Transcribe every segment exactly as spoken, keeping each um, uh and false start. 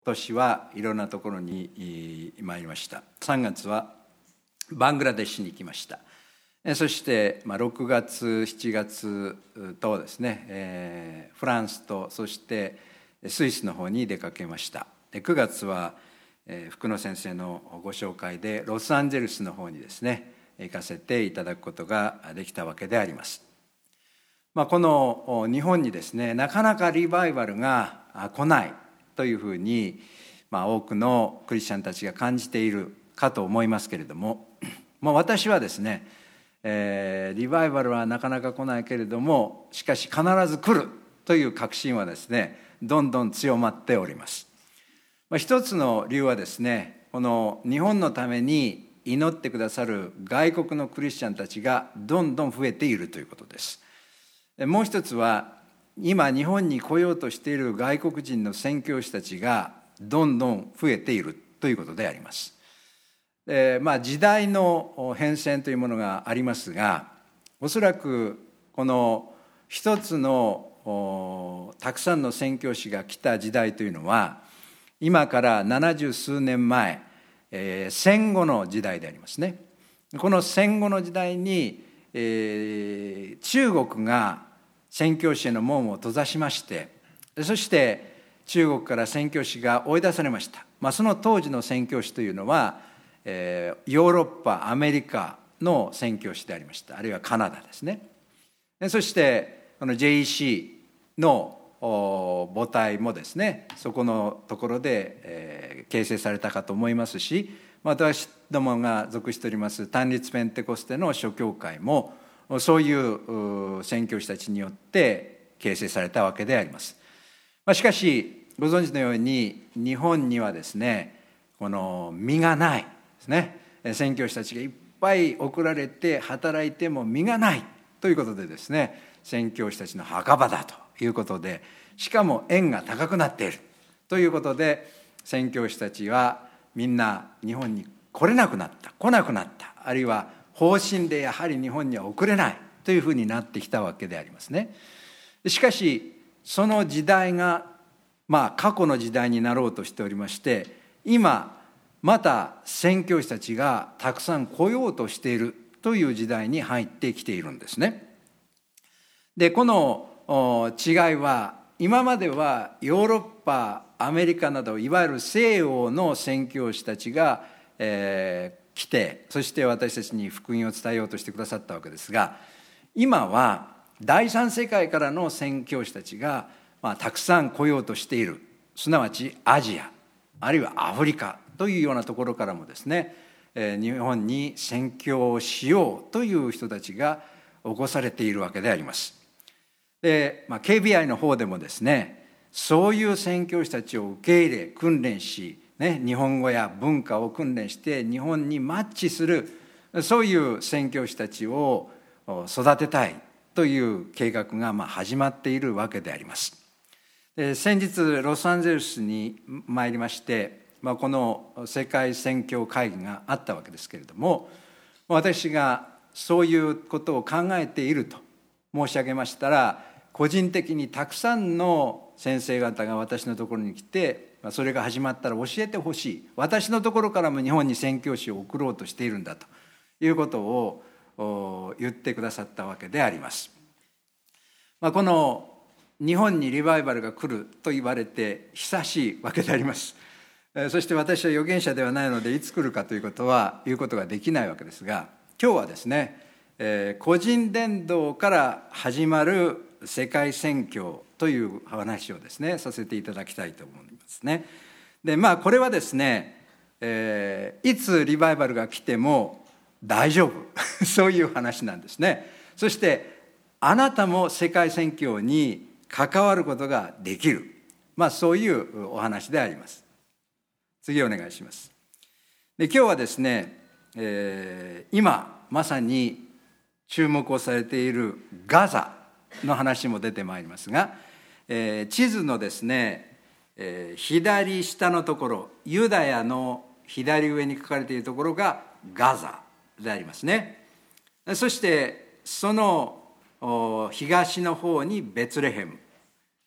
今年はいろんなところに参りました。さんがつはバングラデシュに行きました。そしてろくがつ、しちがつとですね、フランスとそしてスイスの方に出かけました。くがつは福野先生のご紹介でロサンゼルスの方にですね行かせていただくことができたわけであります。まあ、この日本にですねなかなかリバイバルが来ないというふうに、まあ、多くのクリスチャンたちが感じているかと思いますけれども、まあ、私はですね、えー、リバイバルはなかなか来ないけれどもしかし必ず来るという確信はですねどんどん強まっております。まあ、一つの理由はですねこの日本のために祈ってくださる外国のクリスチャンたちがどんどん増えているということです。もう一つは今日本に来ようとしている外国人の宣教師たちがどんどん増えているということであります。で、まあ、時代の変遷というものがありますが、おそらくこの一つのたくさんの宣教師が来た時代というのは今から七十数年前、えー、戦後の時代でありますね。この戦後の時代に、えー、中国が宣教師への門を閉ざしまして、そして中国から宣教師が追い出されました。まあ、その当時の宣教師というのは、えー、ヨーロッパ、アメリカの宣教師でありました。あるいはカナダですね。そしてこの ジェイイーシー の母体もですねそこのところで、えー、形成されたかと思いますし、私どもが属しております単立ペンテコステの諸教会もそういう宣教師たちによって形成されたわけであります。まあ、しかしご存知のように日本にはですねこの実がないですね。宣教師たちがいっぱい送られて働いても実がないということでですね宣教師たちの墓場だということで、しかも円が高くなっているということで宣教師たちはみんな日本に来れなくなった来なくなった、あるいは方針でやはり日本には送れないというふうになってきたわけでありますね。しかしその時代がまあ過去の時代になろうとしておりまして、今また宣教師たちがたくさん来ようとしているという時代に入ってきているんですね。でこの違いは今まではヨーロッパ、アメリカなどいわゆる西洋の宣教師たちが、えー、来て、そして私たちに福音を伝えようとしてくださったわけですが、今は第三世界からの宣教師たちが、まあ、たくさん来ようとしている。すなわちアジアあるいはアフリカというようなところからもですね、えー、日本に宣教をしようという人たちが起こされているわけであります。で、まあ、ケービーアイ の方でもですねそういう宣教師たちを受け入れ訓練し、ね、日本語や文化を訓練して日本にマッチするそういう宣教師たちを育てたいという計画がまあ始まっているわけであります。で先日ロサンゼルスに参りまして、まあ、この世界宣教会議があったわけですけれども、私がそういうことを考えていると申し上げましたら、個人的にたくさんの先生方が私のところに来て、それが始まったら教えてほしい、私のところからも日本に宣教師を送ろうとしているんだということを言ってくださったわけであります。まあ、この日本にリバイバルが来ると言われて久しいわけであります。そして私は預言者ではないのでいつ来るかということは言うことができないわけですが、今日はですね、えー、個人伝道から始まる世界宣教という話をですねさせていただきたいと思いますね。でまあこれはですね、えー、いつリバイバルが来ても大丈夫そういう話なんですね。そしてあなたも世界宣教に関わることができる、まあそういうお話であります。次お願いします。で今日はですね、えー、今まさに注目をされているガザの話も出てまいりますが、えー、地図のですね、えー、左下のところ、ユダヤの左上に書かれているところがガザでありますね。そしてその東の方にベツレヘム、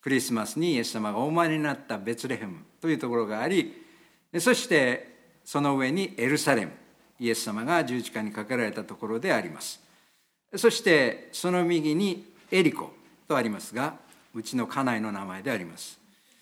クリスマスにイエス様がお生まれになったベツレヘムというところがあり、そしてその上にエルサレム、イエス様が十字架にかけられたところであります。そしてその右にエリコとありますが、うちの家内の名前であります。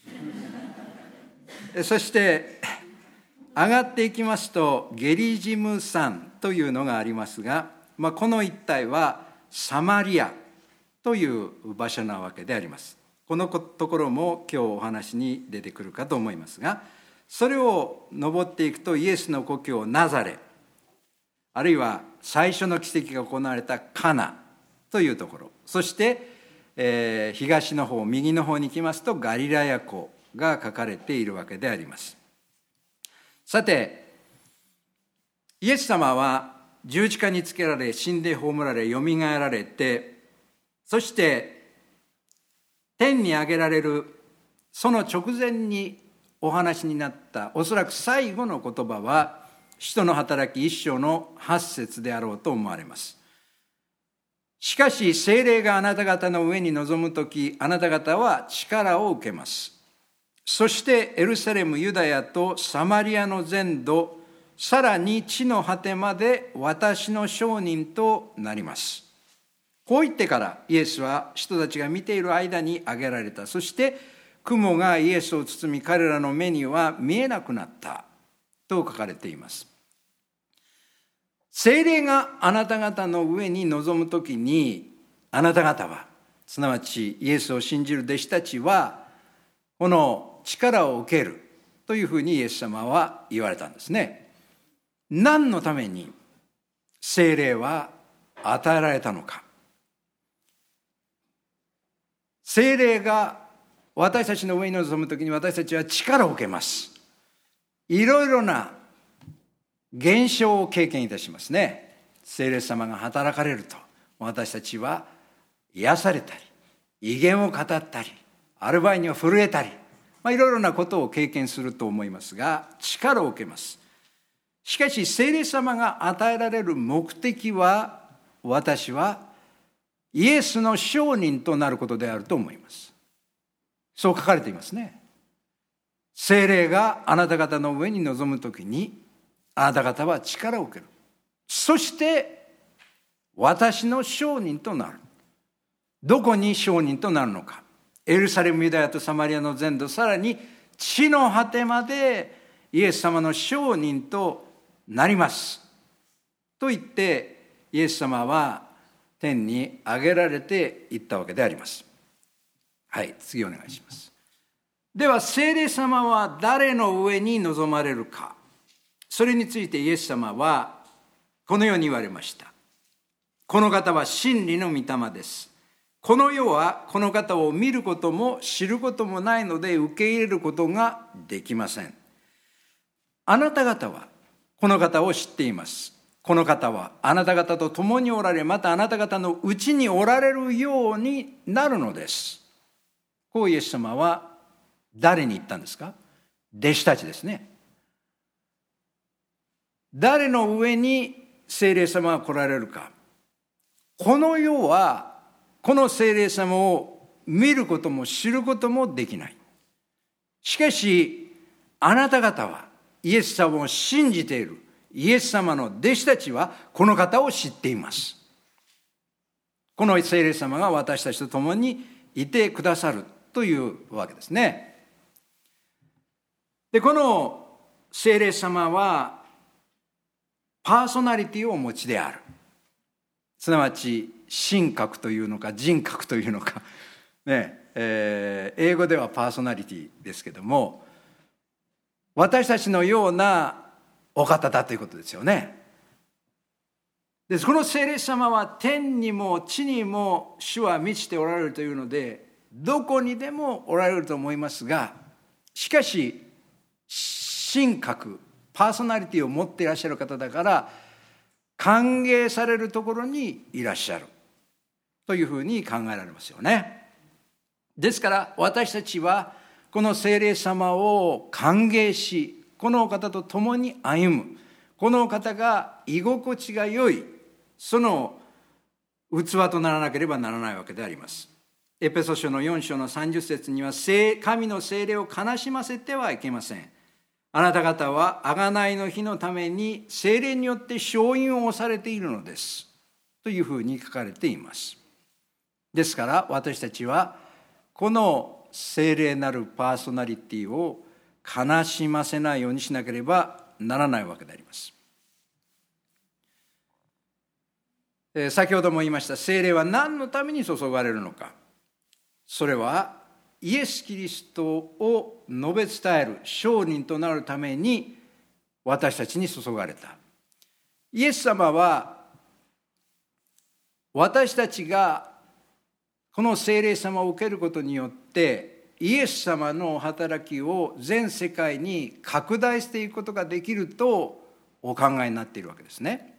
そして上がっていきますとゲリジム山というのがありますが、まあ、この一帯はサマリアという場所なわけであります。このところも今日お話に出てくるかと思いますが、それを登っていくとイエスの故郷ナザレ、あるいは最初の奇跡が行われたカナというところ、そして、えー、東の方右の方に行きますとガリラヤ湖が書かれているわけであります。さて、イエス様は十字架につけられ、死んで葬られ、よみがえられて、そして天に上げられるその直前にお話になったおそらく最後の言葉は使徒の働き一章の八節であろうと思われます。しかし聖霊があなた方の上に臨むとき、あなた方は力を受けます。そしてエルサレム、ユダヤとサマリアの全土、さらに地の果てまで私の証人となります。こう言ってからイエスは人たちが見ている間に挙げられた。そして雲がイエスを包み、彼らの目には見えなくなったと書かれています。聖霊があなた方の上に臨むときに、あなた方は、すなわちイエスを信じる弟子たちはこの力を受けるというふうにイエス様は言われたんですね。何のために聖霊は与えられたのか。聖霊が私たちの上に臨むときに私たちは力を受けます。いろいろな現象を経験いたしますね。聖霊様が働かれると私たちは癒されたり、異言を語ったり、ある場合には震えたり、まあ、いろいろなことを経験すると思いますが、力を受けます。しかし聖霊様が与えられる目的は、私はイエスの証人となることであると思います。そう書かれていますね。聖霊があなた方の上に臨むときに、あなた方は力を受ける。そして私の証人となる。どこに証人となるのか。エルサレム、ユダヤとサマリアの全土、さらに地の果てまでイエス様の証人となりますと言って、イエス様は天に上げられていったわけであります。はい、次お願いします。では聖霊様は誰の上に臨まれるか。それについてイエス様はこのように言われました。この方は真理の御霊です。この世はこの方を見ることも知ることもないので受け入れることができません。あなた方はこの方を知っています。この方はあなた方と共におられ、またあなた方のうちにおられるようになるのです。こうイエス様は誰に言ったんですか？弟子たちですね。誰の上に聖霊様が来られるか。この世はこの聖霊様を見ることも知ることもできない。しかしあなた方はイエス様を信じているイエス様の弟子たちはこの方を知っています。この聖霊様が私たちと共にいてくださるというわけですね。で、この聖霊様はパーソナリティをお持ちである。すなわち神格というのか人格というのか、ねえー、英語ではパーソナリティですけども、私たちのようなお方だということですよね。で、この聖霊様は天にも地にも主は満ちておられるというので、どこにでもおられると思いますが、しかし神格パーソナリティを持っていらっしゃる方だから歓迎されるところにいらっしゃるというふうに考えられますよね。ですから私たちはこの聖霊様を歓迎し、この方と共に歩む、この方が居心地が良いその器とならなければならないわけであります。 エペソ書のよん章のさんじゅっ節には、神の聖霊を悲しませてはいけません。あなた方は贖いの日のために聖霊によって承印を押されているのですというふうに書かれています。ですから私たちはこの聖霊なるパーソナリティを悲しませないようにしなければならないわけであります。先ほども言いました、聖霊は何のために注がれるのか。それはイエス・キリストを述べ伝える証人となるために私たちに注がれた。イエス様は私たちがこの聖霊様を受けることによってイエス様の働きを全世界に拡大していくことができるとお考えになっているわけですね。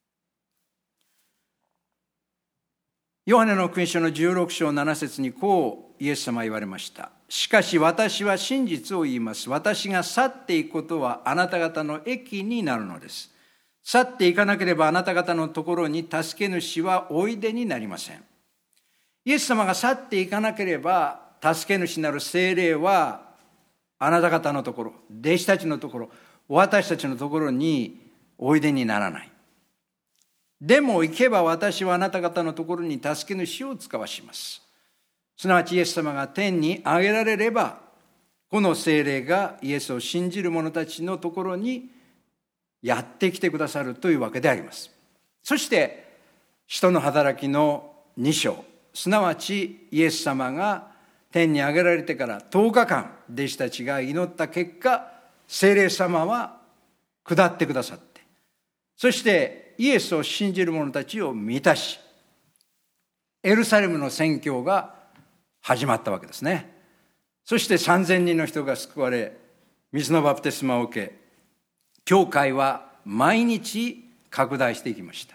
ヨハネの福音書のじゅうろく章なな節にこうイエス様は言われました。しかし私は真実を言います。私が去っていくことはあなた方の益になるのです。去っていかなければあなた方のところに助け主はおいでになりません。イエス様が去っていかなければ助け主なる聖霊はあなた方のところ、弟子たちのところ、私たちのところにおいでにならない。でも行けば私はあなた方のところに助け主を使わします。すなわちイエス様が天に上げられれば、この聖霊がイエスを信じる者たちのところにやってきてくださるというわけであります。そして使徒の働きのに章、すなわちイエス様が天に上げられてからとおかかん弟子たちが祈った結果、聖霊様は下ってくださって、そしてイエスを信じる者たちを満たし、エルサレムの宣教が始まったわけですね。そしてさんぜんにんの人が救われ、水のバプテスマを受け、教会は毎日拡大していきました。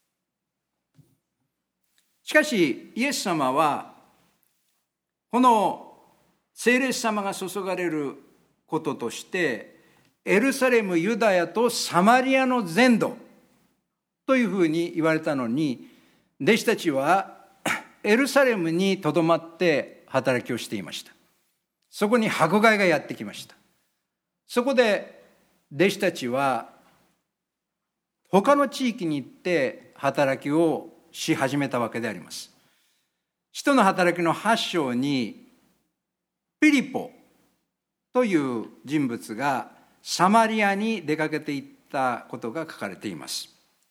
しかしイエス様はこの聖霊様が注がれることとして、エルサレム、ユダヤとサマリアの全土というふうに言われたのに、弟子たちはエルサレムにとどまって働きをしていました。そこに迫害がやってきました。そこで弟子たちは他の地域に行って働きをし始めたわけであります。使徒の働きのはち章にピリポという人物がサマリアに出かけていったことが書かれています。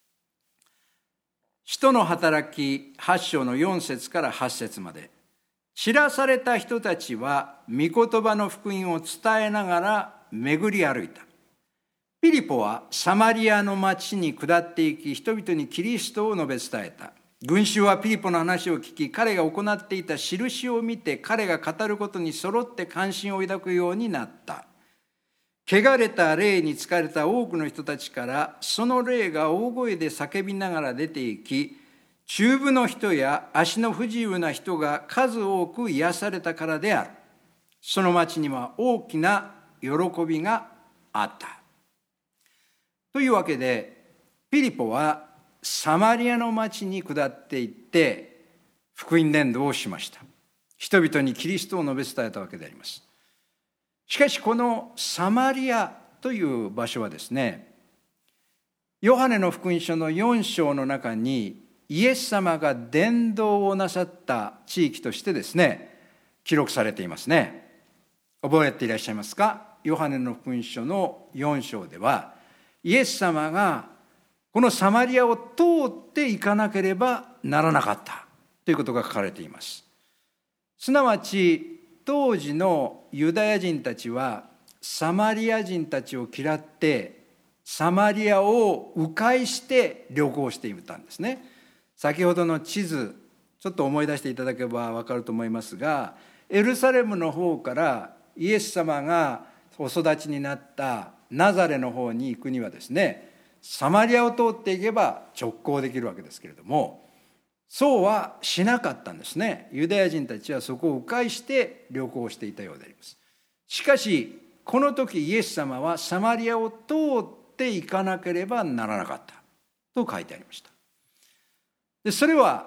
使徒の働きはち章のよん節からはち節まで、知らされた人たちは御言葉の福音を伝えながら巡り歩いた。ピリポはサマリアの町に下っていき、人々にキリストを述べ伝えた。群衆はピリポの話を聞き、彼が行っていた印を見て、彼が語ることに揃って関心を抱くようになった。汚れた霊に疲れた多くの人たちから、その霊が大声で叫びながら出ていき、中部の人や足の不自由な人が数多く癒されたからである。その町には大きな喜びがあった。というわけで、ピリポはサマリアの町に下っていって福音伝道をしました。人々にキリストを述べ伝えたわけであります。しかしこのサマリアという場所はですね、ヨハネの福音書のよん章の中にイエス様が伝道をなさった地域としてですね、記録されていますね。覚えていらっしゃいますか？ヨハネの福音書のよん章では、イエス様がこのサマリアを通っていかなければならなかったということが書かれています。すなわち当時のユダヤ人たちはサマリア人たちを嫌ってサマリアを迂回して旅行していたんですね。先ほどの地図ちょっと思い出していただければ分かると思いますが、エルサレムの方からイエス様がお育ちになったナザレの方に行くにはですね、サマリアを通っていけば直行できるわけですけれども、そうはしなかったんですね。ユダヤ人たちはそこを迂回して旅行していたようであります。しかしこの時イエス様はサマリアを通っていかなければならなかったと書いてありました。でそれは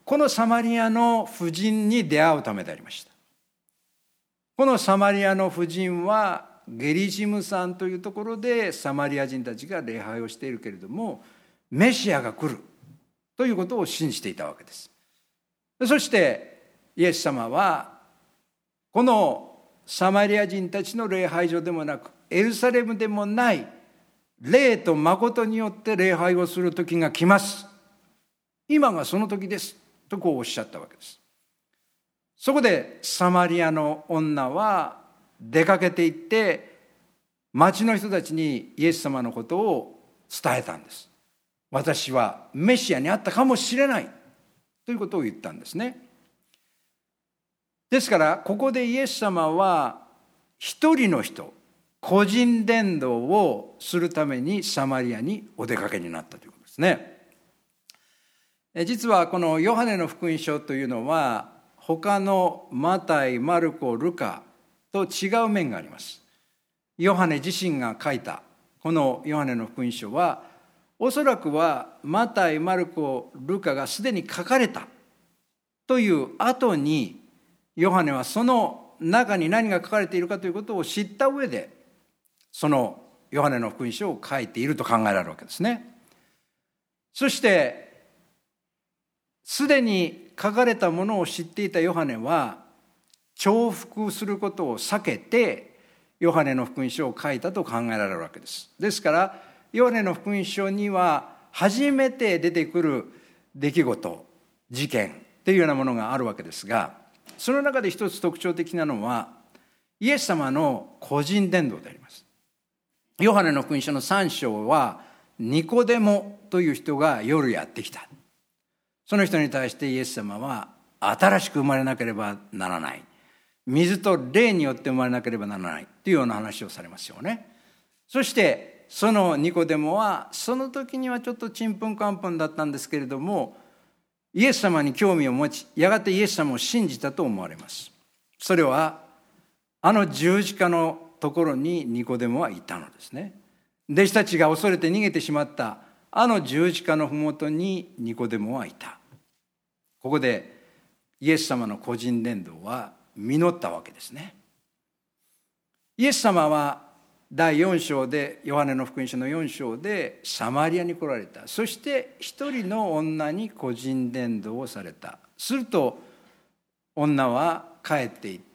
このサマリアの婦人に出会うためでありました。このサマリアの婦人はゲリジム山というところでサマリア人たちが礼拝をしているけれども、メシアが来るということを信じていたわけです。そしてイエス様はこのサマリア人たちの礼拝所でもなく、エルサレムでもない霊と誠によって礼拝をする時が来ます。今がその時ですとこうおっしゃったわけです。そこでサマリアの女は出かけて行って町の人たちにイエス様のことを伝えたんです。私はメシアに会ったかもしれないということを言ったんですね。ですからここでイエス様は一人の人、個人伝道をするためにサマリアにお出かけになったということですね。実はこのヨハネの福音書というのは他のマタイ、マルコ、ルカと違う面があります。ヨハネ自身が書いたこのヨハネの福音書は、おそらくはマタイ、マルコ、ルカがすでに書かれたという後に、ヨハネはその中に何が書かれているかということを知った上で、そのヨハネの福音書を書いていると考えられるわけですね。そしてすでに書かれたものを知っていたヨハネは重複することを避けてヨハネの福音書を書いたと考えられるわけです。ですからヨハネの福音書には初めて出てくる出来事、事件というようなものがあるわけですが、その中で一つ特徴的なのはイエス様の個人伝道であります。ヨハネの福音書のさん章はニコデモという人が夜やってきた。その人に対してイエス様は新しく生まれなければならない、水と霊によって生まれなければならないというような話をされますよね。そしてそのニコデモはその時にはちょっとちんぷんかんぷんだったんですけれども、イエス様に興味を持ち、やがてイエス様を信じたと思われます。それはあの十字架のところにニコデモはいたのですね。弟子たちが恐れて逃げてしまったあの十字架のふもとにニコデモはいた。ここでイエス様の個人伝道は実ったわけですね。イエス様はだいよん章で、ヨハネの福音書のよん章でサマリアに来られた。そして一人の女に個人伝道をされた。すると女は帰っていって、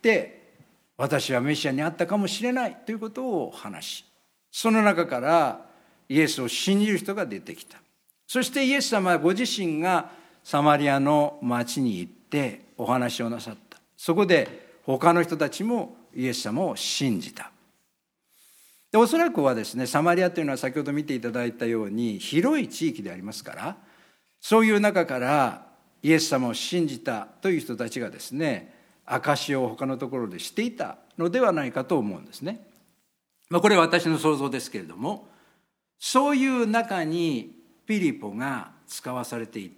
私はメシアに会ったかもしれないということを話し、その中からイエスを信じる人が出てきた。そしてイエス様はご自身がサマリアの町に行ってお話をなさった。そこで他の人たちもイエス様を信じた。でおそらくはですね、サマリアというのは先ほど見ていただいたように広い地域でありますから、そういう中からイエス様を信じたという人たちがですね、証しを他のところでしていたのではないかと思うんですね。まあ、これは私の想像ですけれども、そういう中にピリポが使わされていって、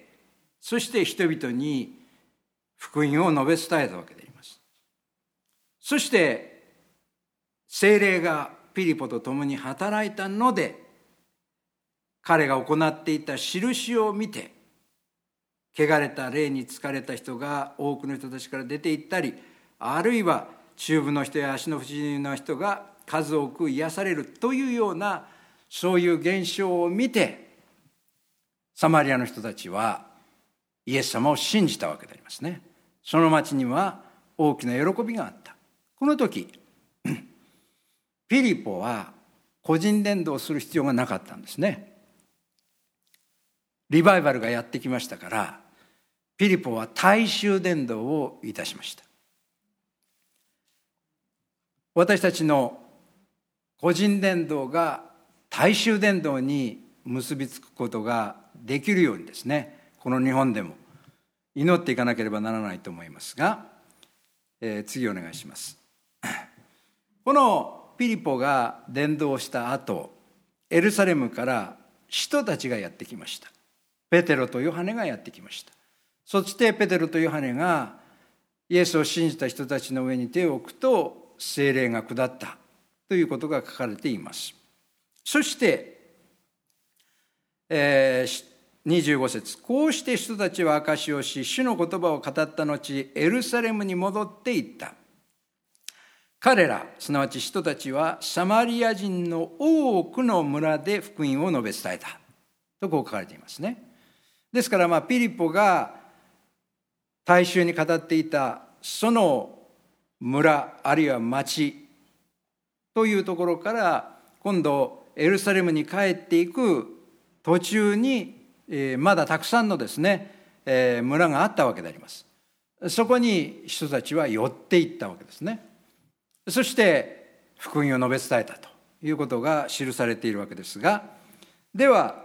そして人々に福音を述べ伝えたわけであります。そして聖霊がピリポと共に働いたので、彼が行っていた印を見て、汚れた霊に疲れた人が多くの人たちから出て行ったり、あるいは中部の人や足の不自由な人が数多く癒されるというような、そういう現象を見て、サマリアの人たちはイエス様を信じたわけでありますね。その町には大きな喜びがあった。この時ピリポは個人伝道をする必要がなかったんですね。リバイバルがやってきましたから、ピリポは大衆伝道をいたしました。私たちの個人伝道が大衆伝道に結びつくことができるようにですね、この日本でも祈っていかなければならないと思いますが、えー、次お願いします。このピリポが伝道した後、エルサレムから人たちがやってきました。ペテロとヨハネがやってきました。そしてペテロとヨハネがイエスを信じた人たちの上に手を置くと聖霊が下ったということが書かれています。そして、えー、 にじゅうご節、こうして人たちは証しをし、主の言葉を語った後、エルサレムに戻っていった。彼ら、すなわち人たちはサマリア人の多くの村で福音を述べ伝えた。とこう書かれていますね。ですから、まあ、ピリポが大衆に語っていたその村、あるいは町というところから、今度エルサレムに帰っていく途中に、えー、まだたくさんのですね、えー、村があったわけであります。そこに人たちは寄っていったわけですね。そして福音を述べ伝えたということが記されているわけですが、では、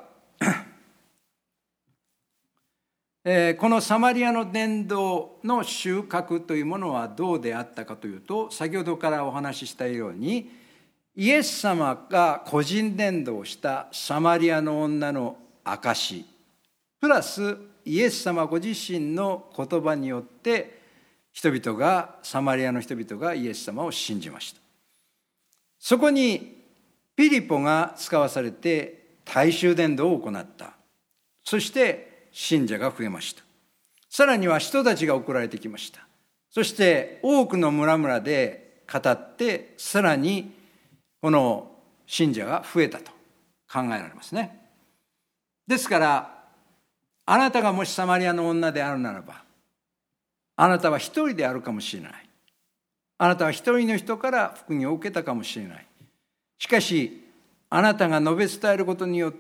えー、このサマリアの伝道の収穫というものはどうであったかというと、先ほどからお話ししたように、イエス様が個人伝道したサマリアの女の証プラスイエス様ご自身の言葉によって人々が、サマリアの人々がイエス様を信じました。そこにピリポが使わされて大衆伝道を行った。そして信者が増えました。さらには人たちが送られてきました。そして多くの村々で語って、さらにこの信者が増えたと考えられますね。ですから、あなたがもしサマリアの女であるならば、あなたは一人であるかもしれない。あなたは一人の人から福音を受けたかもしれない。しかし、あなたが述べ伝えることによって、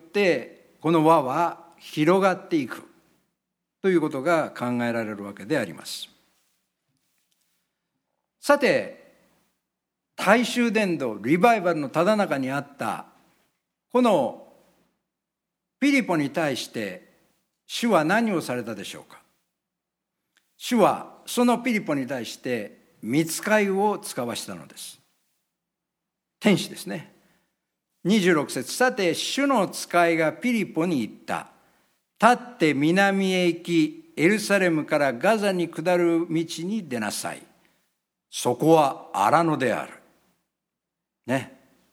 この輪は広がっていくということが考えられるわけであります。さて、大衆伝道、リバイバルのただ中にあった、このピリポに対して、主は何をされたでしょうか。主はそのピリポに対して御使いを使わしたのです。天使ですね。にじゅうろく節、さて主の使いがピリポに言った。立って南へ行き、エルサレムからガザに下る道に出なさい。そこは荒野である。ね。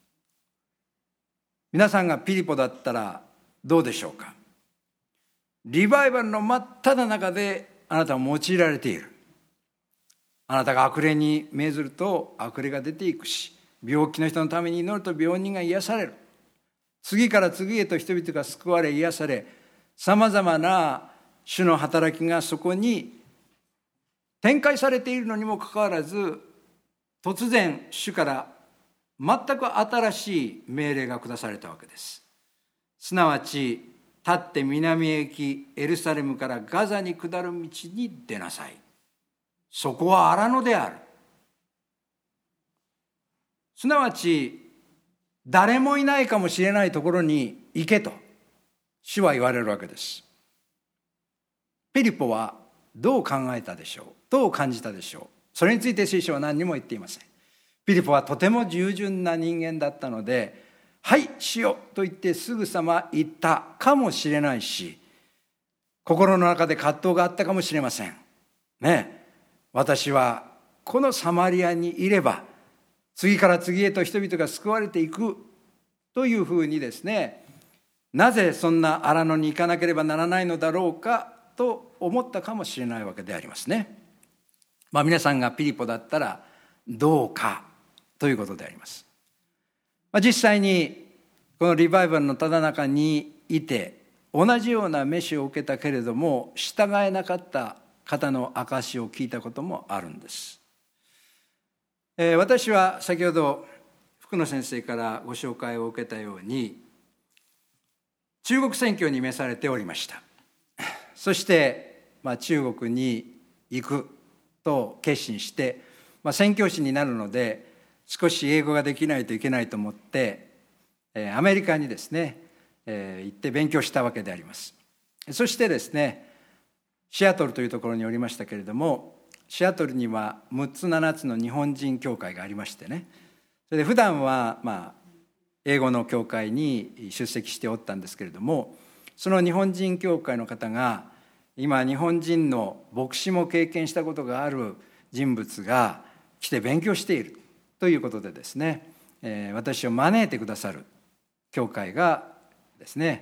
皆さんがピリポだったらどうでしょうか。リバイバルの真っただ中であなたは用いられている。あなたが悪霊に命ずると悪霊が出ていくし、病気の人のために祈ると病人が癒される。次から次へと人々が救われ癒され、さまざまな主の働きがそこに展開されているのにもかかわらず、突然主から全く新しい命令が下されたわけです。すなわち、立って南へ行き、エルサレムからガザに下る道に出なさい。そこは荒野である。すなわち、誰もいないかもしれないところに行けと主は言われるわけです。ピリポはどう考えたでしょう、どう感じたでしょう。それについて聖書は何にも言っていません。ピリポはとても従順な人間だったので、はいしようと言ってすぐさま言ったかもしれないし、心の中で葛藤があったかもしれませんね。私はこのサマリアにいれば次から次へと人々が救われていくというふうにですね、なぜそんな荒野に行かなければならないのだろうかと思ったかもしれないわけでありますね。まあ皆さんがピリポだったらどうかということであります。実際にこのリバイバルのただ中にいて同じような召しを受けたけれども従えなかった方の証を聞いたこともあるんです。えー、私は先ほど福野先生からご紹介を受けたように中国宣教に召されておりました。そして、まあ、中国に行くと決心して、まあ、宣教師になるので少し英語ができないといけないと思って、えー、アメリカにですね、えー、行って勉強したわけであります。そしてですね、シアトルというところにおりましたけれども、シアトルにはむっつななつの日本人教会がありましてね、それで普段はまあ英語の教会に出席しておったんですけれども、その日本人教会の方が今日本人の牧師も経験したことがある人物が来て勉強しているということでですね、えー、私を招いてくださる教会がですね、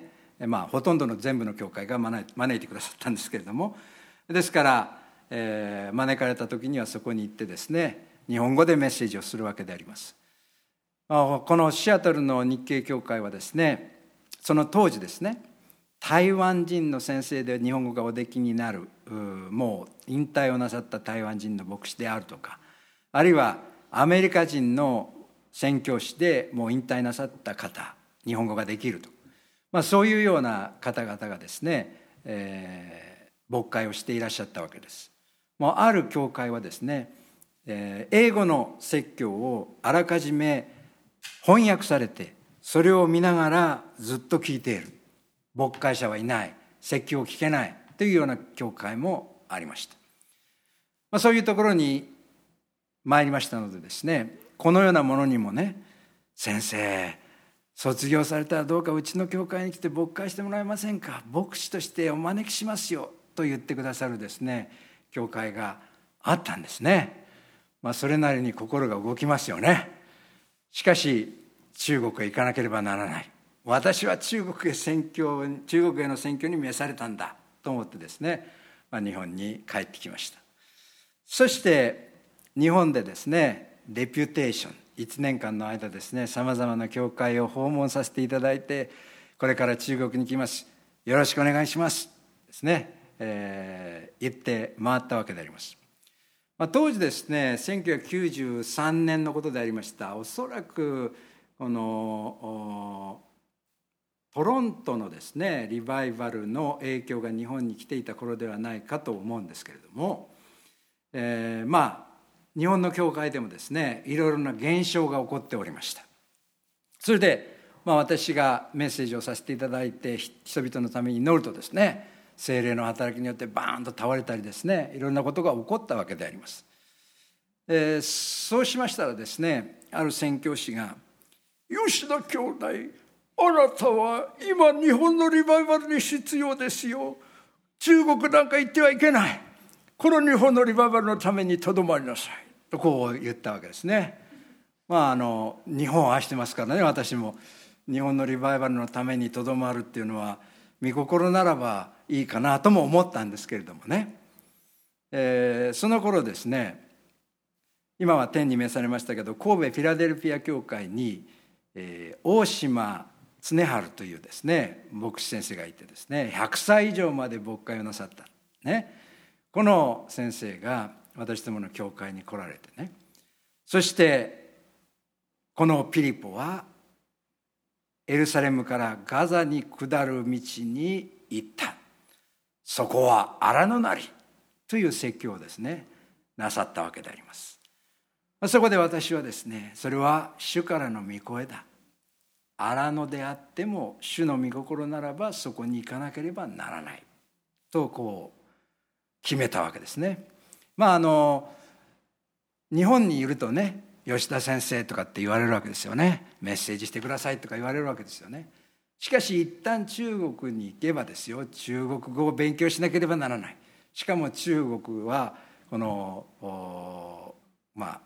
まあほとんどの全部の教会が招いてくださったんですけれども、ですから、えー、招かれた時にはそこに行ってですね、日本語でメッセージをするわけであります。このシアトルの日系教会はですね、その当時ですね、台湾人の先生で日本語がおできになる、もう引退をなさった台湾人の牧師であるとか、あるいはアメリカ人の宣教師でもう引退なさった方、日本語ができると、まあ、そういうような方々がですね、えー、牧会をしていらっしゃったわけです。もうある教会はですね、えー、英語の説教をあらかじめ翻訳されて、それを見ながらずっと聞いている。牧会者はいない、説教を聞けないというような教会もありました。まあ、そういうところに参りましたのでですね、このようなものにもね、先生卒業されたらどうかうちの教会に来て牧会してもらえませんか、牧師としてお招きしますよと言ってくださるですね、教会があったんですね。まあ、それなりに心が動きますよね。しかし中国へ行かなければならない、私は中国へ宣教中国への宣教に召されたんだと思ってですね、まあ、日本に帰ってきました。そして日本でですね、レピュテーションいちねんかんの間ですね、さまざまな教会を訪問させていただいて、これから中国に来ます、よろしくお願いしますですね、えー、言って回ったわけであります。まあ、当時ですね、せんきゅうひゃくきゅうじゅうさんねんのことでありました。おそらくこのトロントのですねリバイバルの影響が日本に来ていた頃ではないかと思うんですけれども、えー、まあ日本の教会でもですね、いろいろな現象が起こっておりました。それで、まあ、私がメッセージをさせていただいて人々のために祈るとですね、聖霊の働きによってバーンと倒れたりですね、いろんなことが起こったわけであります。えー、そうしましたらですね、ある宣教師が、吉田兄弟、あなたは今日本のリバイバルに必要ですよ、中国なんか行ってはいけない、この日本のリバイバルのためにとどまりなさいとこう言ったわけですね。まああの日本を愛してますからね、私も日本のリバイバルのためにとどまるっていうのは御心ならばいいかなとも思ったんですけれどもね、えー、その頃ですね、今は天に召されましたけど、神戸フィラデルフィア教会に、えー、大島恒治というですね牧師先生がいてですね、ひゃくさい以上まで牧会をなさったね、この先生が私どもの教会に来られてね、そしてこのピリポはエルサレムからガザに下る道に行った、そこは荒野なりという説教をですねなさったわけであります。そこで私はですね、それは主からの御声だ、荒野であっても主の御心ならばそこに行かなければならないとこう決めたわけですね。まああの日本にいるとね、吉田先生とかって言われるわけですよね。メッセージしてくださいとか言われるわけですよね。しかし一旦中国に行けばですよ、中国語を勉強しなければならない。しかも中国はこのまあ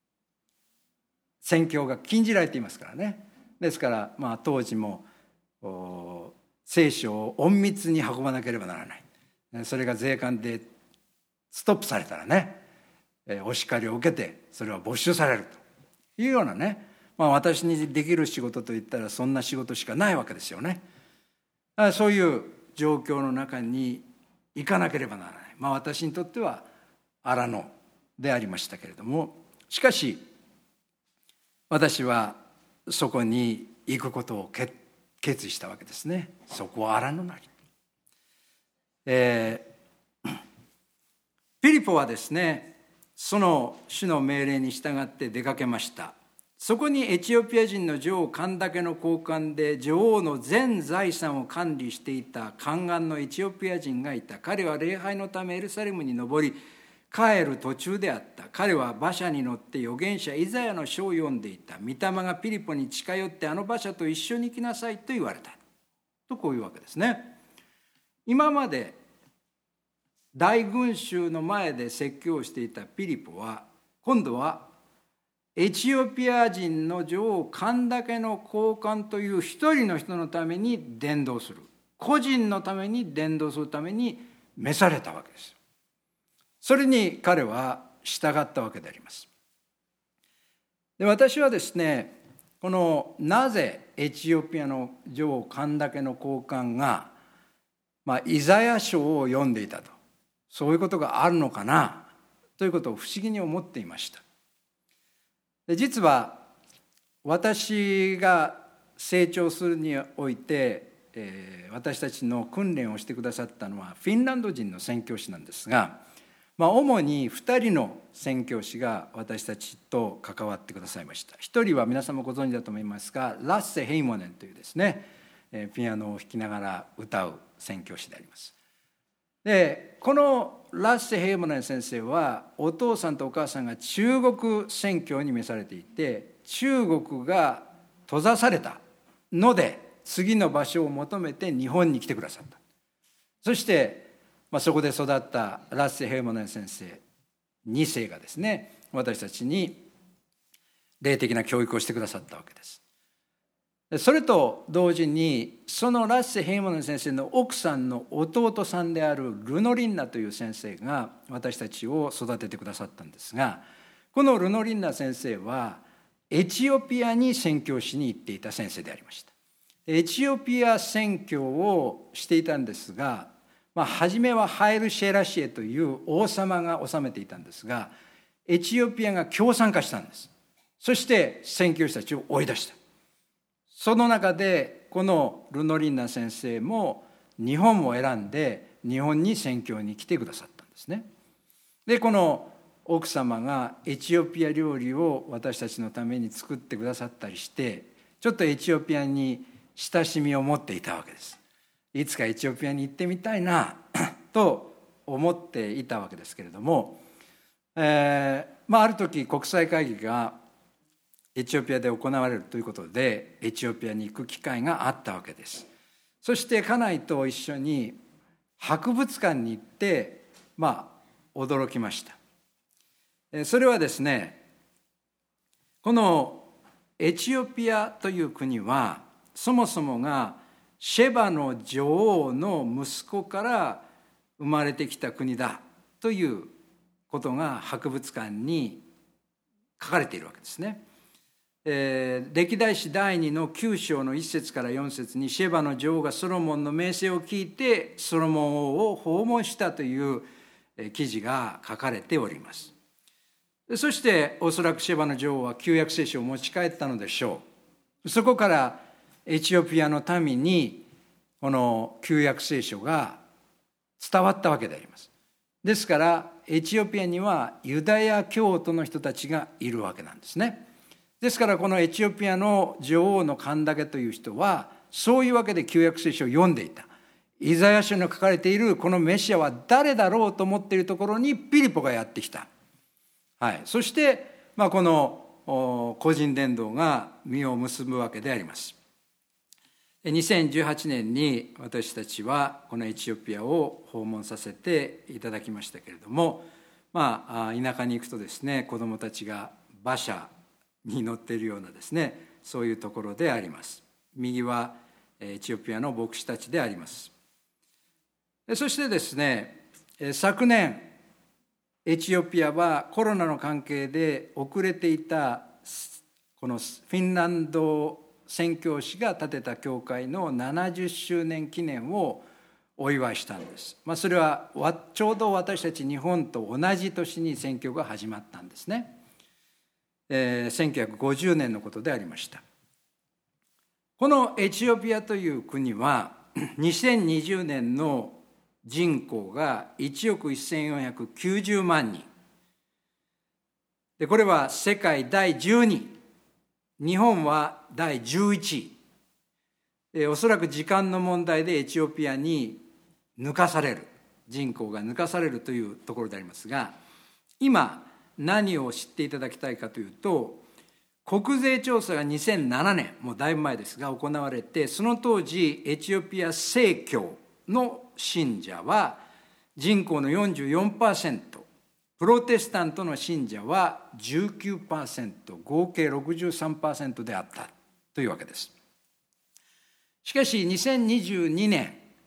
宣教が禁じられていますからね。ですから、まあ、当時も聖書を隠密に運ばなければならない。それが税関でストップされたらね、お叱りを受けてそれは没収されるというようなね、まあ、私にできる仕事といったらそんな仕事しかないわけですよね。そういう状況の中に行かなければならない。まあ、私にとっては荒野でありましたけれども、しかし私はそこに行くことを決意したわけですね。そこは荒野なり、えー、フィリポはですね、その主の命令に従って出かけました。そこにエチオピア人の女王カンダケの高官で女王の全財産を管理していた宦官のエチオピア人がいた。彼は礼拝のためエルサレムに上り、帰る途中であった。彼は馬車に乗って預言者イザヤの書を読んでいた。御霊がピリポに近寄って、あの馬車と一緒に行きなさいと言われたと、こういうわけですね。今まで大群衆の前で説教をしていたピリポは、今度はエチオピア人の女王カンダケの高官という一人の人のために伝道する。 個人のために伝道するために召されたわけです。それに彼は従ったわけであります。で、私はですね、このなぜエチオピアの女王カンダケの高官が、まあ、イザヤ書を読んでいたと、そういうことがあるのかなということを不思議に思っていました。で、実は私が成長するにおいて、えー、私たちの訓練をしてくださったのはフィンランド人の宣教師なんですが、まあ、主にふたりの宣教師が私たちと関わってくださいました。一人は皆様ご存知だと思いますが、ラッセ・ヘイモネンというですね、ピアノを弾きながら歌う宣教師であります。で、このラッセ・ヘイモネン先生はお父さんとお母さんが中国宣教に召されていて、中国が閉ざされたので次の場所を求めて日本に来てくださった。そして、まあ、そこで育ったラッセ・ヘイモネン先生に世がですね、私たちに霊的な教育をしてくださったわけです。それと同時に、そのラッセ・ヘイモネン先生の奥さんの弟さんであるルノリンナという先生が私たちを育ててくださったんですが、このルノリンナ先生はエチオピアに宣教しに行っていた先生でありました。エチオピア宣教をしていたんですが、まあ、初めはハイル・シェラシエという王様が治めていたんですが、エチオピアが共産化したんです。そして宣教師たちを追い出した。その中でこのルノリンナ先生も日本を選んで日本に宣教に来てくださったんですね。で、この奥様がエチオピア料理を私たちのために作ってくださったりして、ちょっとエチオピアに親しみを持っていたわけです。いつかエチオピアに行ってみたいなと思っていたわけですけれども、えーまあ、ある時国際会議がエチオピアで行われるということでエチオピアに行く機会があったわけです。そして家内と一緒に博物館に行って、まあ、驚きました。それはですね、このエチオピアという国はそもそもがシェバの女王の息子から生まれてきた国だということが博物館に書かれているわけですね。えー、歴代史だいにのきゅう章のいっ節からよん節にシェバの女王がソロモンの名声を聞いてソロモン王を訪問したという記事が書かれております。そしておそらくシェバの女王は旧約聖書を持ち帰ったのでしょう。そこからエチオピアの民にこの旧約聖書が伝わったわけであります。ですからエチオピアにはユダヤ教徒の人たちがいるわけなんですね。ですからこのエチオピアの女王のカンダケという人はそういうわけで旧約聖書を読んでいた。イザヤ書に書かれているこのメシアは誰だろうと思っているところにピリポがやってきた。はい、そして、まあ、この個人伝道が実を結ぶわけであります。にせんじゅうはちねんに私たちはこのエチオピアを訪問させていただきましたけれども、まあ、田舎に行くとですね、子どもたちが馬車に乗っているようなですね、そういうところであります。右はエチオピアの牧師たちであります。そしてですね、昨年エチオピアはコロナの関係で遅れていたこのフィンランド宣教師が建てた教会のななじゅっしゅうねん記念をお祝いしたんです。まあ、それはちょうど私たち日本と同じ年に宣教が始まったんですね。えー、せんきゅうひゃくごじゅうねんのことでありました。このエチオピアという国はにせんにじゅうねんの人口がいちおくせんよんひゃくきゅうじゅうまんにんで、これは世界だいじゅうにい、日本はだいじゅういちい、おそらく時間の問題でエチオピアに抜かされる、人口が抜かされるというところでありますが、今何を知っていただきたいかというと、国税調査がにせんななねん、もうだいぶ前ですが行われて、その当時エチオピア正教の信者は人口の よんじゅうよんパーセント、プロテスタントの信者は じゅうきゅうパーセント、合計 ろくじゅうさんパーセント であったというわけです。しかしにせんにじゅうにね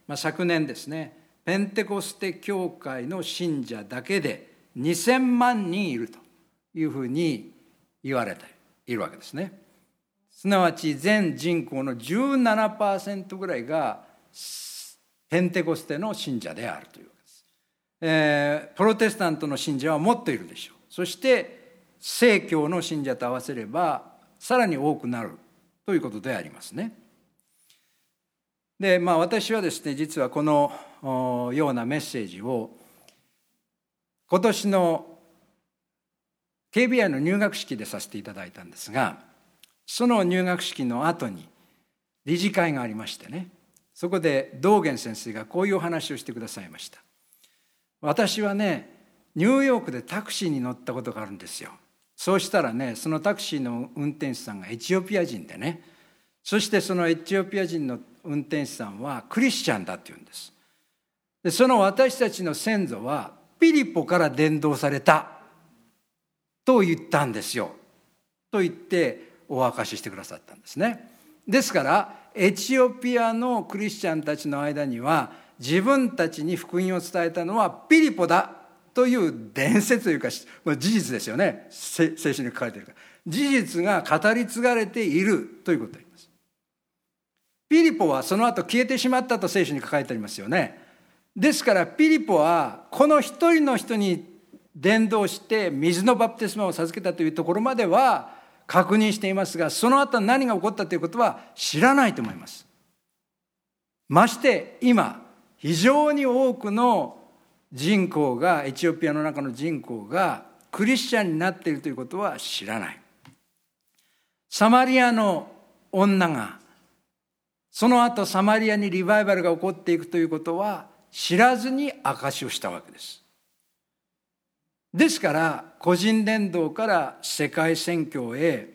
まあ、昨年ですね、ペンテコステ教会の信者だけでにせんまんにんいるというふうに言われているわけですね。すなわち全人口の じゅうななパーセント ぐらいがペンテコステの信者であるというわけです。えー、プロテスタントの信者はもっといるでしょう。そして正教の信者と合わせればさらに多くなるということでありますね。で、まあ私はですね、実はこのようなメッセージを今年の ケービーアイ の入学式でさせていただいたんですが、その入学式の後に理事会がありましてね、そこで道元先生がこういうお話をしてくださいました。私はね、ニューヨークでタクシーに乗ったことがあるんですよ。そうしたらね、そのタクシーの運転手さんがエチオピア人でね、そしてそのエチオピア人の運転手さんはクリスチャンだって言うんです。で、その私たちの先祖はピリポから伝道されたと言ったんですよ。と言ってお明かししてくださったんですね。ですからエチオピアのクリスチャンたちの間には自分たちに福音を伝えたのはピリポだという伝説というか事実ですよね。聖書に書かれているから事実が語り継がれているということであります。ピリポはその後消えてしまったと聖書に書かれてありますよね。ですからピリポはこの一人の人に伝道して水のバプテスマを授けたというところまでは確認していますが、その後何が起こったということは知らないと思います。まして今非常に多くの人口がエチオピアの中の人口がクリスチャンになっているということは知らない。サマリアの女がその後サマリアにリバイバルが起こっていくということは知らずに証しをしたわけです。ですから個人伝道から世界宣教へ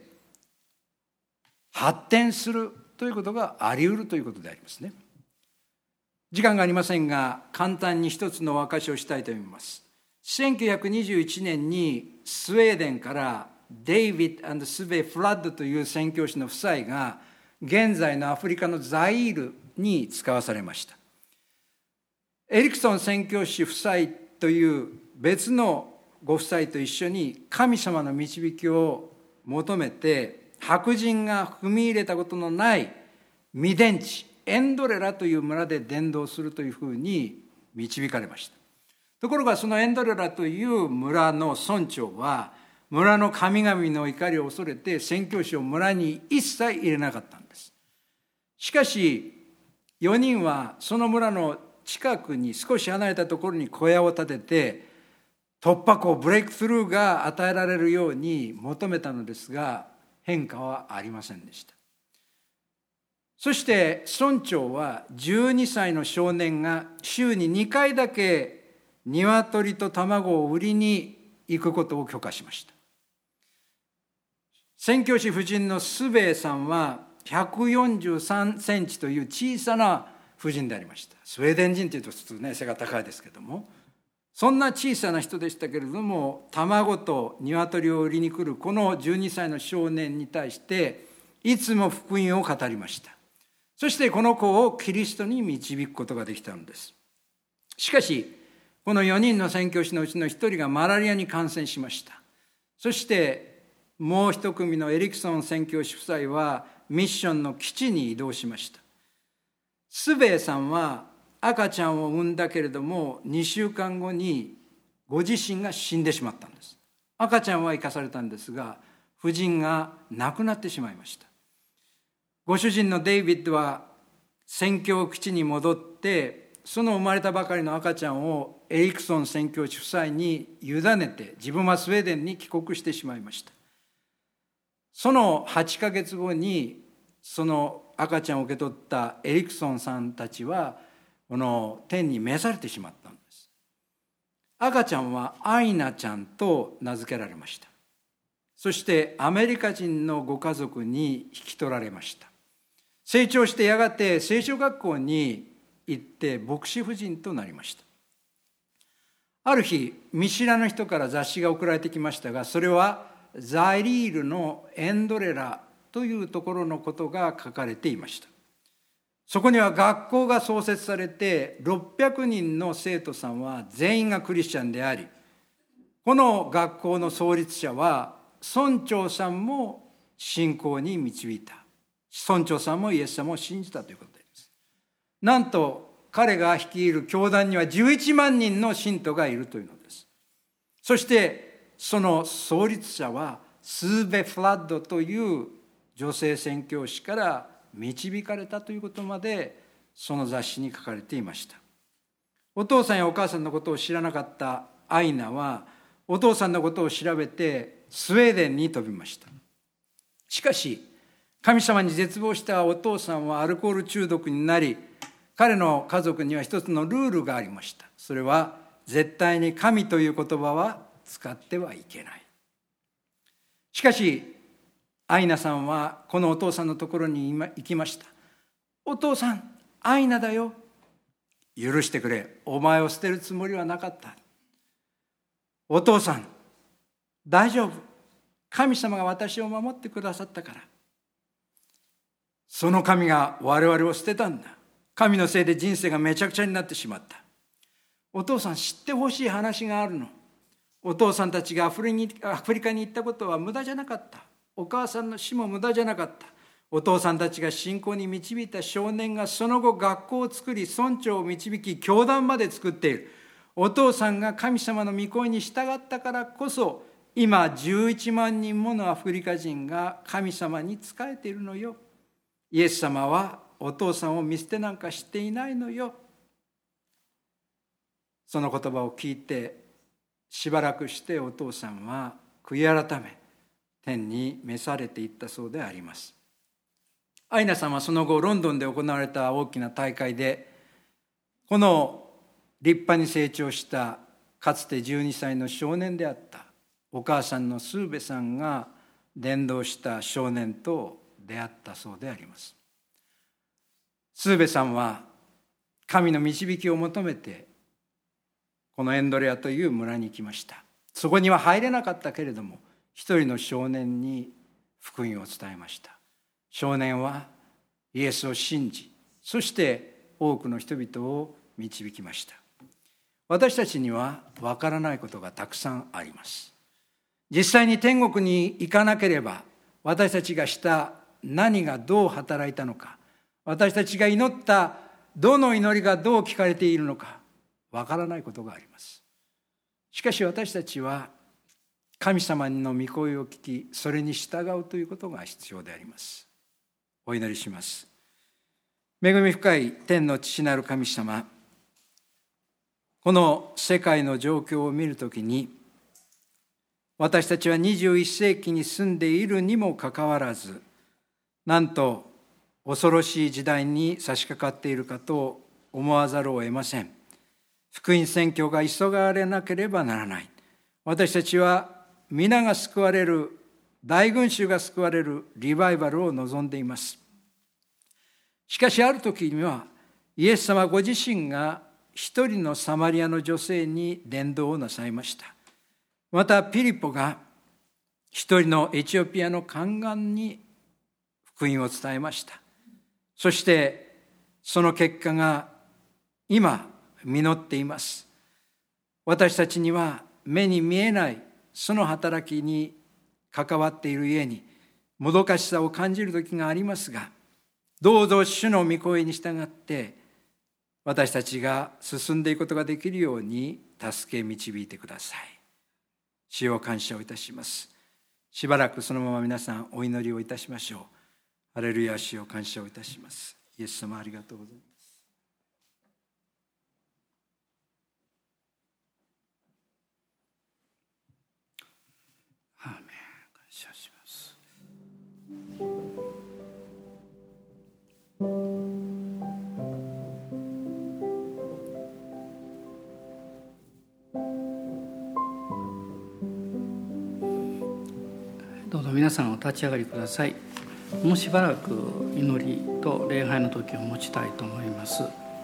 発展するということがあり得るということでありますね。時間がありませんが簡単に一つのお証しをしたいと思います。せんきゅうひゃくにじゅういちねんにスウェーデンからデイビッド&スベ・フラッドという宣教師の夫妻が現在のアフリカのザイールに使わされました。エリクソン宣教師夫妻という別のご夫妻と一緒に神様の導きを求めて白人が踏み入れたことのない未伝地エンドレラという村で伝道するというふうに導かれました。ところがそのエンドレラという村の村長は村の神々の怒りを恐れて宣教師を村に一切入れなかったんです。しかしよにんはその村の近くに少し離れたところに小屋を建てて突破口ブレイクスルーが与えられるように求めたのですが変化はありませんでした。そして村長はじゅうにさいの少年が週ににかいだけ鶏と卵を売りに行くことを許可しました。宣教師夫人のスベイさんはひゃくよんじゅうさんセンチという小さな夫人でありました。スウェーデン人というと普通ね背が高いですけども、そんな小さな人でしたけれども卵と鶏を売りに来るこのじゅうにさいの少年に対していつも福音を語りました。そしてこの子をキリストに導くことができたのです。しかしこのよにんの宣教師のうちのひとりがマラリアに感染しました。そしてもう一組のエリクソン宣教師夫妻はミッションの基地に移動しました。スベイさんは赤ちゃんを産んだけれどもにしゅうかんごにご自身が死んでしまったんです。赤ちゃんは生かされたんですが夫人が亡くなってしまいました。ご主人のデイビッドは宣教基地に戻ってその生まれたばかりの赤ちゃんをエリクソン宣教師夫妻に委ねて自分はスウェーデンに帰国してしまいました。そのはちかげつごにその赤ちゃんを受け取ったエリクソンさんたちはこの天に召されてしまったんです。赤ちゃんはアイナちゃんと名付けられました。そしてアメリカ人のご家族に引き取られました。成長してやがて聖書学校に行って牧師夫人となりました。ある日見知らぬ人から雑誌が送られてきましたが、それはザイリールのエンドレラというところのことが書かれていました。 そこには学校が創設されて、ろっぴゃくにんの生徒さんは全員がクリスチャンであり、この学校の創立者は村長さんも信仰に導いた。村長さんもイエス様を信じたということです。なんと彼が率いる教団にはじゅういちまんにんの信徒がいるというのです。そしてその創立者はスーベ・フラッドという女性宣教師から導かれたということまでその雑誌に書かれていました。お父さんやお母さんのことを知らなかったアイナはお父さんのことを調べてスウェーデンに飛びました。しかし神様に絶望したお父さんはアルコール中毒になり、彼の家族には一つのルールがありました。それは絶対に神という言葉は使ってはいけない。しかしアイナさんはこのお父さんのところに行きました。お父さん、アイナだよ。許してくれ。お前を捨てるつもりはなかった。お父さん、大丈夫。神様が私を守ってくださったから。その神が我々を捨てたんだ。神のせいで人生がめちゃくちゃになってしまった。お父さん、知ってほしい話があるの。お父さんたちがアフリにアフリカに行ったことは無駄じゃなかった。お母さんの死も無駄じゃなかった。お父さんたちが信仰に導いた少年がその後学校を作り、村長を導き、教団まで作っている。お父さんが神様の御声に従ったからこそ、今じゅういちまんにんものアフリカ人が神様に仕えているのよ。イエス様はお父さんを見捨てなんかしていないのよ。その言葉を聞いてしばらくしてお父さんは悔い改め天に召されていったそうであります。アイナさんはその後ロンドンで行われた大きな大会で、この立派に成長したかつてじゅうにさいの少年であったお母さんのスーベさんが伝道した少年と出会ったそうであります。スーベさんは神の導きを求めてこのエンドレアという村に行きました。そこには入れなかったけれども、一人の少年に福音を伝えました。少年はイエスを信じ、そして多くの人々を導きました。私たちにはわからないことがたくさんあります。実際に天国に行かなければ、私たちがした何がどう働いたのか、私たちが祈ったどの祈りがどう聞かれているのか、わからないことがあります。しかし私たちは神様の御声を聞き、それに従うということが必要であります。お祈りします。恵み深い天の父なる神様、この世界の状況を見るときに、私たちはにじゅういっせいきに住んでいるにもかかわらず、なんと恐ろしい時代に差し掛かっているかと思わざるを得ません。福音宣教が急がれなければならない。私たちは皆が救われる、大群衆が救われるリバイバルを望んでいます。しかしある時にはイエス様ご自身が一人のサマリアの女性に伝道をなさいました。またピリポが一人のエチオピアの宦官に福音を伝えました。そしてその結果が今実っています。私たちには目に見えないその働きに関わっているゆえにもどかしさを感じる時がありますが、どうぞ主の御声に従って私たちが進んでいくことができるように助け導いてください。主を感謝をいたします。しばらくそのまま皆さんお祈りをいたしましょう。ハレルヤ、主を感謝をいたします。イエス様ありがとうございます。アーメン。感謝します。 どうぞ皆さんお立ち上がりください。もうしばらく祈りと礼拝の時を持ちたいと思います。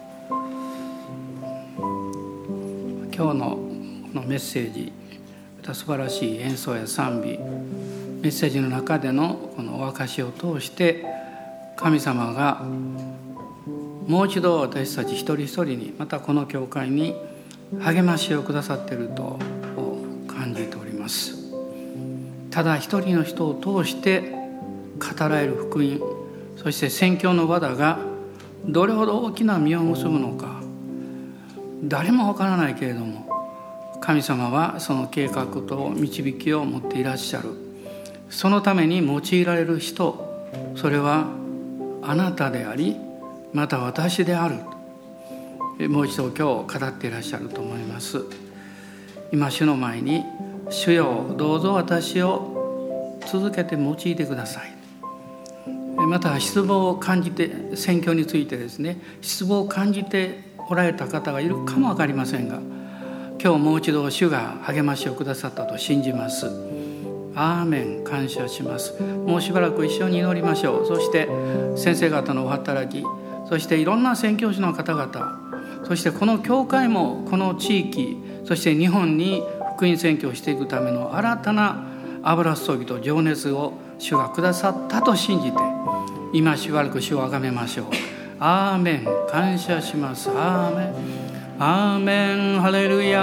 今日のこのメッセージ、また素晴らしい演奏や賛美、メッセージの中でのこのお証しを通して、神様がもう一度私たち一人一人に、またこの教会に励ましをくださっていると感じております。ただ一人の人を通して語られる福音、そして宣教の輪がどれほど大きな実を結ぶのか、誰もわからないけれども、神様はその計画と導きを持っていらっしゃる。そのために用いられる人、それはあなたであり、また私である。もう一度今日語っていらっしゃると思います。今主の前に、主よどうぞ私を続けて用いてください。また失望を感じて、宣教についてですね、失望を感じておられた方がいるかも分かりませんが、今日もう一度主が励ましをくださったと信じます。アーメン。感謝します。もうしばらく一緒に祈りましょう。そして先生方のお働き、そしていろんな宣教師の方々、そしてこの教会もこの地域、そして日本に福音宣教をしていくための新たな油注ぎと情熱を主がくださったと信じて、今しばらく主をあがめましょう。アーメン。感謝します。アーメン。アーメン。ハレルヤ。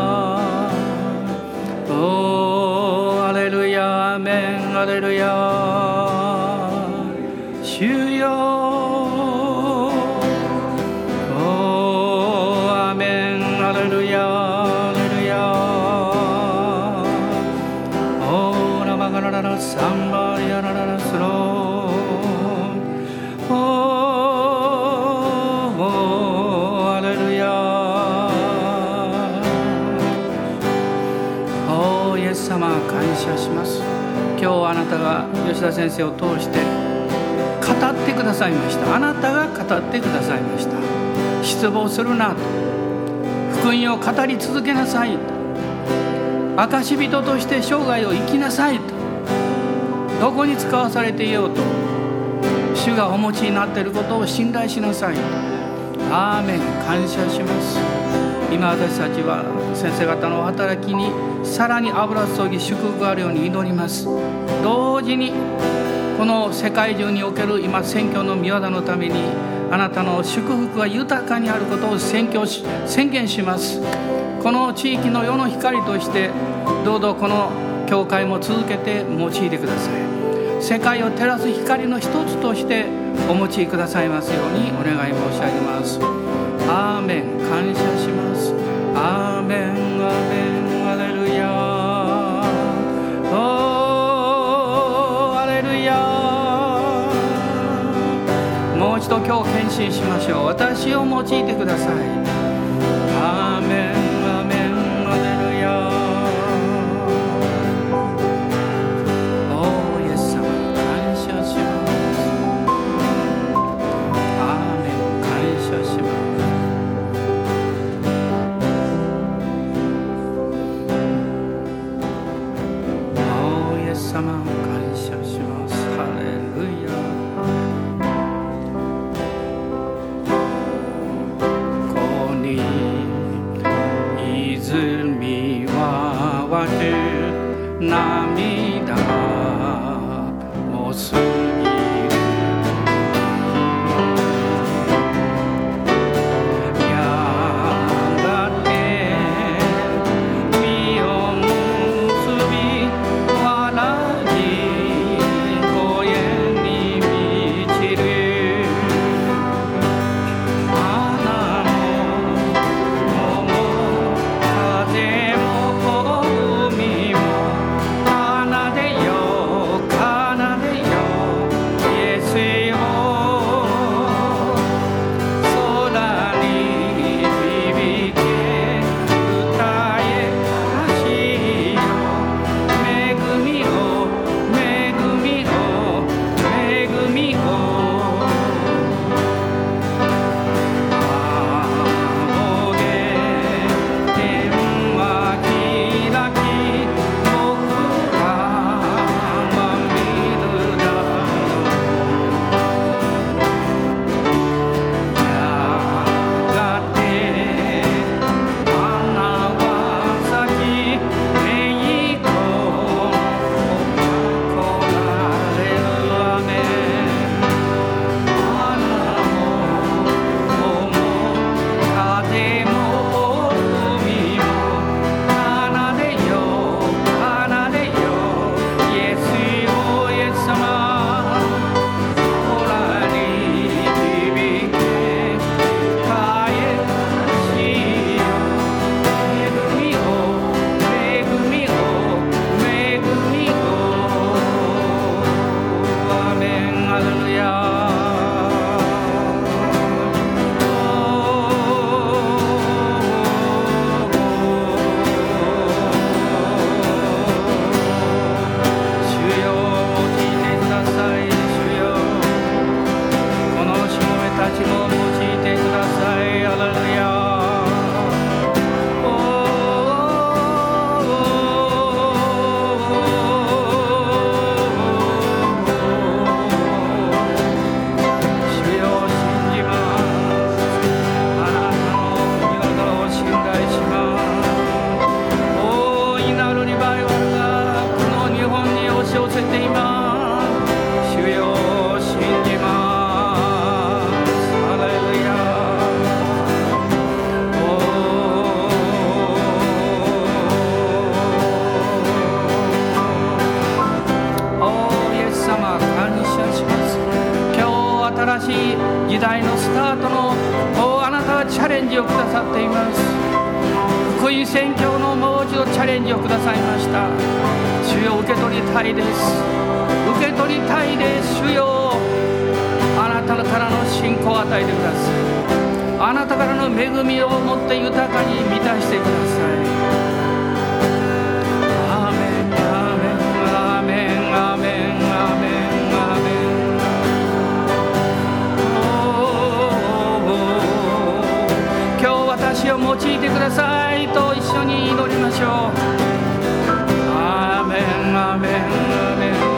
おー、ハレルヤ。アーメン。ハレルヤ。主よ。おー、アーメン。ハレルヤ。ハレルヤ。おー、ラバガラララサンバリアラララスロー。感謝します。今日あなたが吉田先生を通して語ってくださいました。あなたが語ってくださいました。失望するなと、福音を語り続けなさいと、証人として生涯を生きなさいと、どこに使わされていようと主がお持ちになっていることを信頼しなさいと。アーメン。感謝します。今私たちは先生方のお働きにさらに油注ぎ祝福があるように祈ります。同時にこの世界中における今宣教の御業のためにあなたの祝福が豊かにあることを宣教し宣言します。この地域の世の光としてどうぞこの教会も続けて用いてください。世界を照らす光の一つとしてお持ちくださいますようにお願い申し上げます。アーメン。感謝します。アーメン。アーメン。ハレルヤ。おー、ハレルヤ。もう一度今日献身しましょう。私を用いてください。アーメン。アーメン。ハレルヤ。おー、イエス様感謝します。アーメン。感謝します。様感謝します。ハレルヤ。ここに新しい時代のスタートのあなたはチャレンジをくださっています。福音宣教のもう一度チャレンジをくださいました。主よ、受け取りたいです。受け取りたいです。主よ、あなたからの信仰を与えてください。あなたからの恵みをもって豊かに満たしてください。アーメン、アーメン、アーメン、アーメン、アーメン、アーメン。今日私を用いてくださいと一緒に祈りましょう。アーメン、アーメン、アーメン。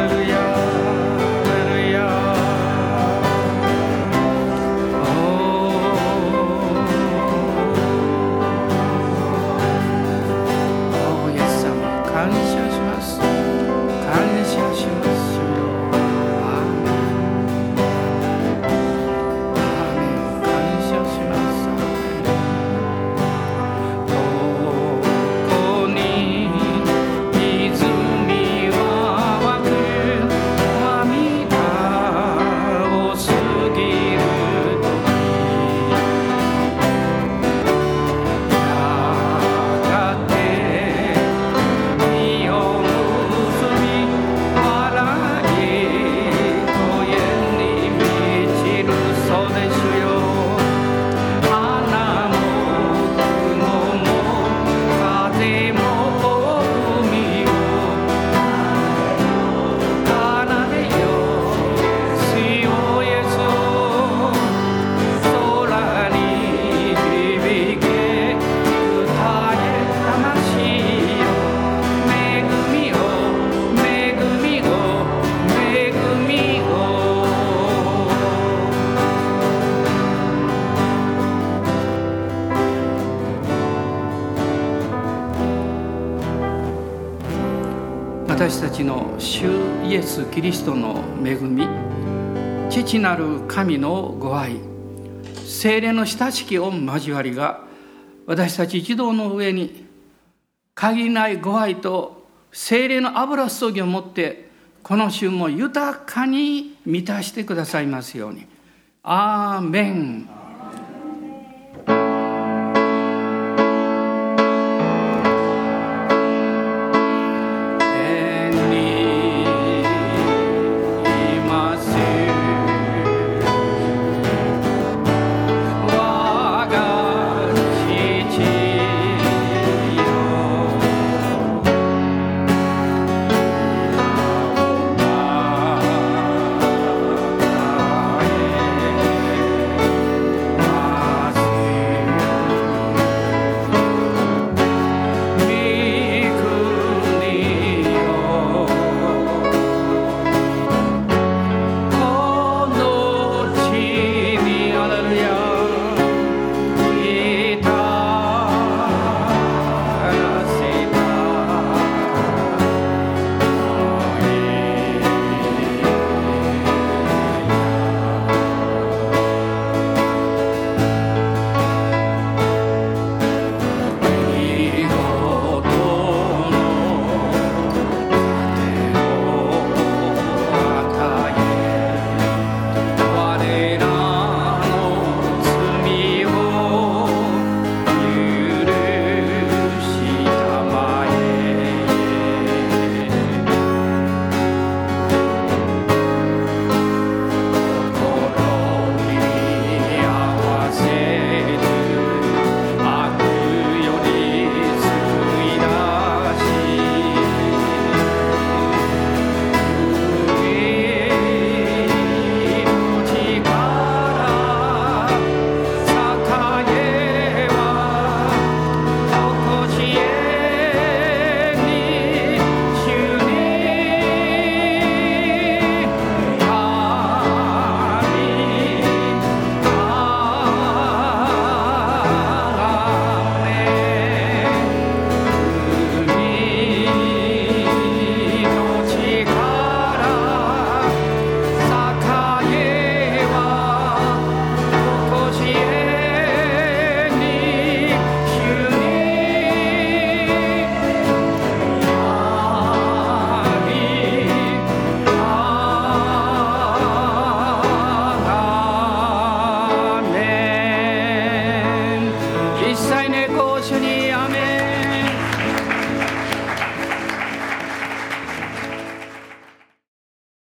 私たちの主イエス・キリストの恵み、父なる神のご愛、聖霊の親しき御交わりが私たち一同の上に限りないご愛と聖霊の油注ぎをもってこの週も豊かに満たしてくださいますように。アーメン。